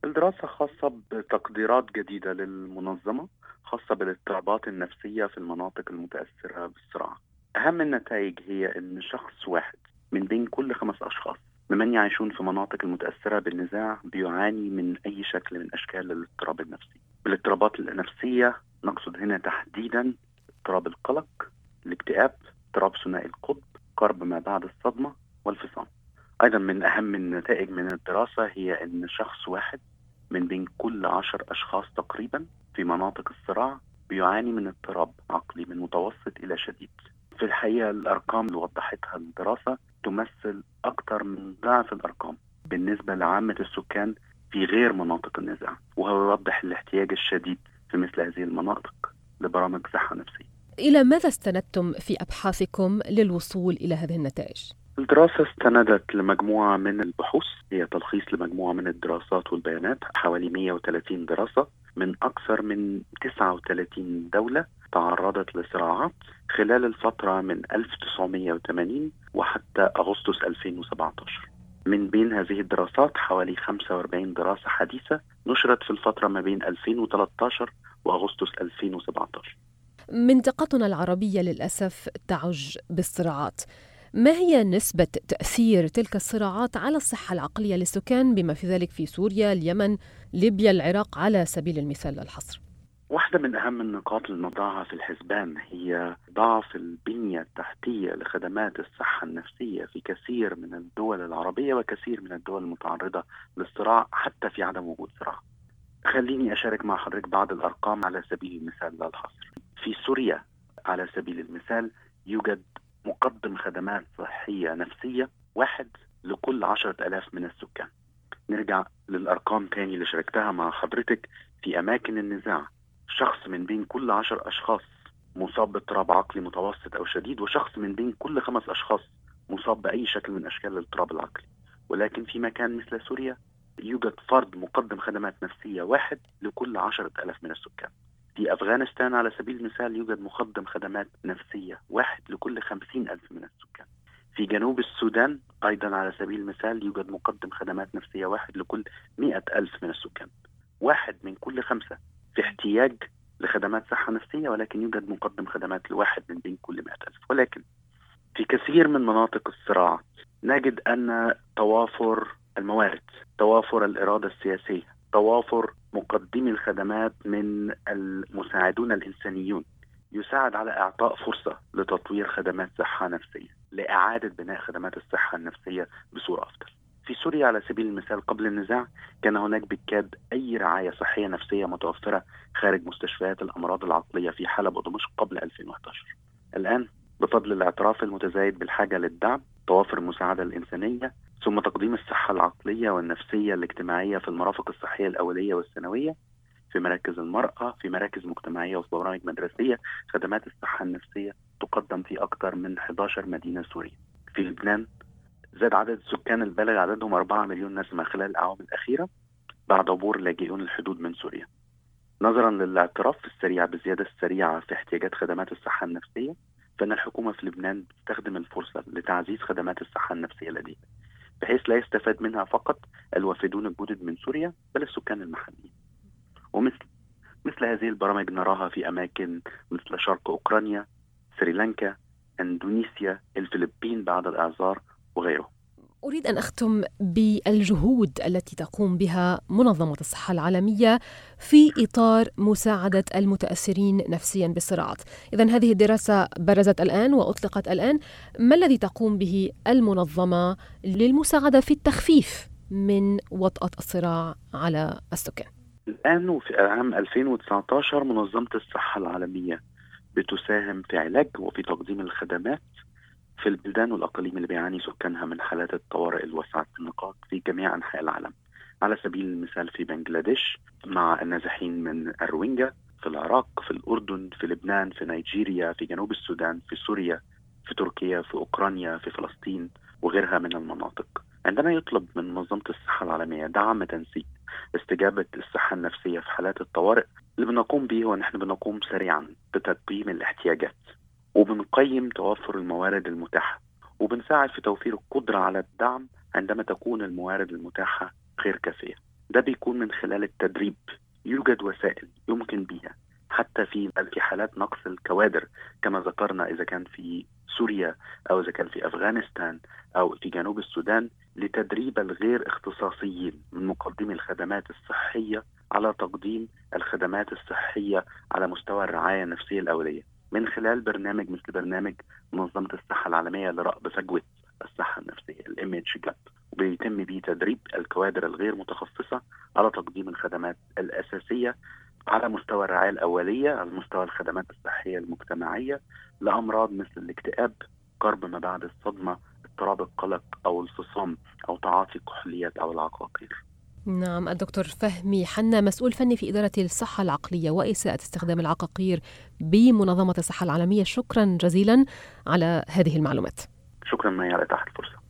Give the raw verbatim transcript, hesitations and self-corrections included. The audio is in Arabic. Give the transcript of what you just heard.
الدراسة خاصة بتقديرات جديدة للمنظمة خاصة بالاضطرابات النفسية في المناطق المتأثرة بالصراع. أهم النتائج هي أن شخص واحد من بين كل خمس أشخاص ممن يعيشون في مناطق المتأثرة بالنزاع بيعاني من أي شكل من أشكال الاضطراب النفسي. بالاضطرابات النفسية نقصد هنا تحديدا اضطراب القلق، الاكتئاب، اضطراب ثنائي القطب، كرب ما بعد الصدمة، والفصام. أيضا من أهم النتائج من الدراسة هي أن شخص واحد من بين كل عشر أشخاص تقريبا في مناطق الصراع بيعاني من اضطراب عقلي من متوسط إلى شديد. في الحقيقة الأرقام اللي وضحتها الدراسة تمثل أكثر من ضعف الأرقام بالنسبة لعامة السكان في غير مناطق النزاع، وهو يوضح الاحتياج الشديد في مثل هذه المناطق لبرامج صحة نفسية. إلى ماذا استندتم في أبحاثكم للوصول إلى هذه النتائج؟ الدراسة استندت لمجموعة من البحوث، هي تلخيص لمجموعة من الدراسات والبيانات، حوالي مئة وثلاثين دراسة من أكثر من تسعة وثلاثين دولة تعرضت لصراعات خلال الفترة من ألف وتسعمئة وثمانين وحتى أغسطس ألفين وسبعة عشر. من بين هذه الدراسات حوالي خمسة وأربعين دراسة حديثة نشرت في الفترة ما بين ألفين وثلاثة عشر وأغسطس ألفين وسبعة عشر. منطقتنا العربية للأسف تعج بالصراعات. ما هي نسبة تأثير تلك الصراعات على الصحة العقلية للسكان بما في ذلك في سوريا، اليمن، ليبيا، العراق على سبيل المثال للحصر؟ واحدة من أهم النقاط اللي نضعها في الحسبان هي ضعف البنية التحتية لخدمات الصحة النفسية في كثير من الدول العربية وكثير من الدول المتعرضة للصراع حتى في عدم وجود صراع. خليني أشارك مع حضرتك بعض الأرقام على سبيل المثال للحصر. في سوريا على سبيل المثال يوجد مقدم خدمات صحية نفسية واحد لكل عشرة ألاف من السكان. نرجع للأرقام تاني اللي شاركتها مع حضرتك. في أماكن النزاع شخص من بين كل عشر أشخاص مصاب باضطراب عقلي متوسط أو شديد، وشخص من بين كل خمس أشخاص مصاب بأي شكل من أشكال الاضطراب العقلي. ولكن في مكان مثل سوريا يوجد فرد مقدم خدمات نفسية واحد لكل عشرة ألاف من السكان. في أفغانستان على سبيل المثال يوجد مقدم خدمات نفسية واحد لكل خمسين ألف من السكان. في جنوب السودان أيضا على سبيل المثال يوجد مقدم خدمات نفسية واحد لكل مئة ألف من السكان. واحد من كل خمسة في احتياج لخدمات صحة نفسية، ولكن يوجد مقدم خدمات لواحد من بين كل مئة ألف. ولكن في كثير من مناطق الصراع نجد أن توافر الموارد، توافر الإرادة السياسية، توافر مقدمي الخدمات من المساعدون الإنسانيون يساعد على إعطاء فرصة لتطوير خدمات صحة نفسية، لإعادة بناء خدمات الصحة النفسية بصورة أفضل. في سوريا على سبيل المثال قبل النزاع كان هناك بالكاد أي رعاية صحية نفسية متوفرة خارج مستشفيات الأمراض العقلية في حلب ودمشق قبل ألفين وأحد عشر. الآن بفضل الاعتراف المتزايد بالحاجة للدعم، توافر المساعدة الإنسانية، ثم تقديم الصحة العقلية والنفسية الاجتماعية في المرافق الصحية الأولية والثانوية، في مراكز المرأة، في مراكز مجتمعية وفي برامج مدرسية، خدمات الصحة النفسية تقدم في أكثر من أحد عشر مدينة سورية. في لبنان زاد عدد السكان البالغ عددهم أربعة مليون نسمة خلال الأعوام الأخيرة بعد عبور لاجئون الحدود من سوريا. نظرا للاعتراف السريع بالزيادة السريعة في احتياجات خدمات الصحة النفسية، فإن الحكومة في لبنان تستخدم الفرصة لتعزيز خدمات الصحة النفسية لديها، بحيث لا يستفاد منها فقط الوافدون الجدد من سوريا بل السكان المحليين. ومثل مثل هذه البرامج نراها في أماكن مثل شرق أوكرانيا، سريلانكا، إندونيسيا، الفلبين بعد الإعصار وغيره. أريد أن أختم بالجهود التي تقوم بها منظمة الصحة العالمية في إطار مساعدة المتأثرين نفسياً بالصراعات. إذن هذه الدراسة برزت الآن وأطلقت الآن. ما الذي تقوم به المنظمة للمساعدة في التخفيف من وطأة الصراع على السكان؟ الآن وفي عام ألفين وتسعة عشر منظمة الصحة العالمية بتساهم في علاج وفي تقديم الخدمات في البلدان والأقاليم اللي بيعاني سكانها من حالات الطوارئ الواسعة النطاق في جميع أنحاء العالم. على سبيل المثال في بنغلاديش مع النازحين من الروينجا، في العراق، في الأردن، في لبنان، في نيجيريا، في جنوب السودان، في سوريا، في تركيا، في أوكرانيا، في فلسطين وغيرها من المناطق. عندما يطلب من منظمة الصحة العالمية دعم تنسيق استجابة الصحة النفسية في حالات الطوارئ، اللي بنقوم به ونحن بنقوم سريعا بتقييم الاحتياجات وبنقيم توفر الموارد المتاحة، وبنساعد في توفير القدرة على الدعم عندما تكون الموارد المتاحة غير كافية. ده بيكون من خلال التدريب. يوجد وسائل يمكن بها حتى في في حالات نقص الكوادر كما ذكرنا، إذا كان في سوريا أو إذا كان في أفغانستان أو في جنوب السودان، لتدريب الغير اختصاصيين من مقدمي الخدمات الصحية على تقديم الخدمات الصحية على مستوى الرعاية النفسية الأولية من خلال برنامج مثل برنامج منظمة الصحة العالمية لرأب فجوة الصحة النفسية الام اتش جاب، وبيتم به تدريب الكوادر الغير متخصصة على تقديم الخدمات الأساسية على مستوى الرعاية الأولية، على مستوى الخدمات الصحية المجتمعية لأمراض مثل الاكتئاب، كرب ما بعد الصدمة، اضطراب القلق أو الفصام أو تعاطي الكحوليات أو العقاقير. نعم، الدكتور فهمي حنا، مسؤول فني في إدارة الصحة العقلية وإساءة استخدام العقاقير بمنظمة الصحة العالمية، شكرا جزيلا على هذه المعلومات. شكرا مايا على إتاحة الفرصة.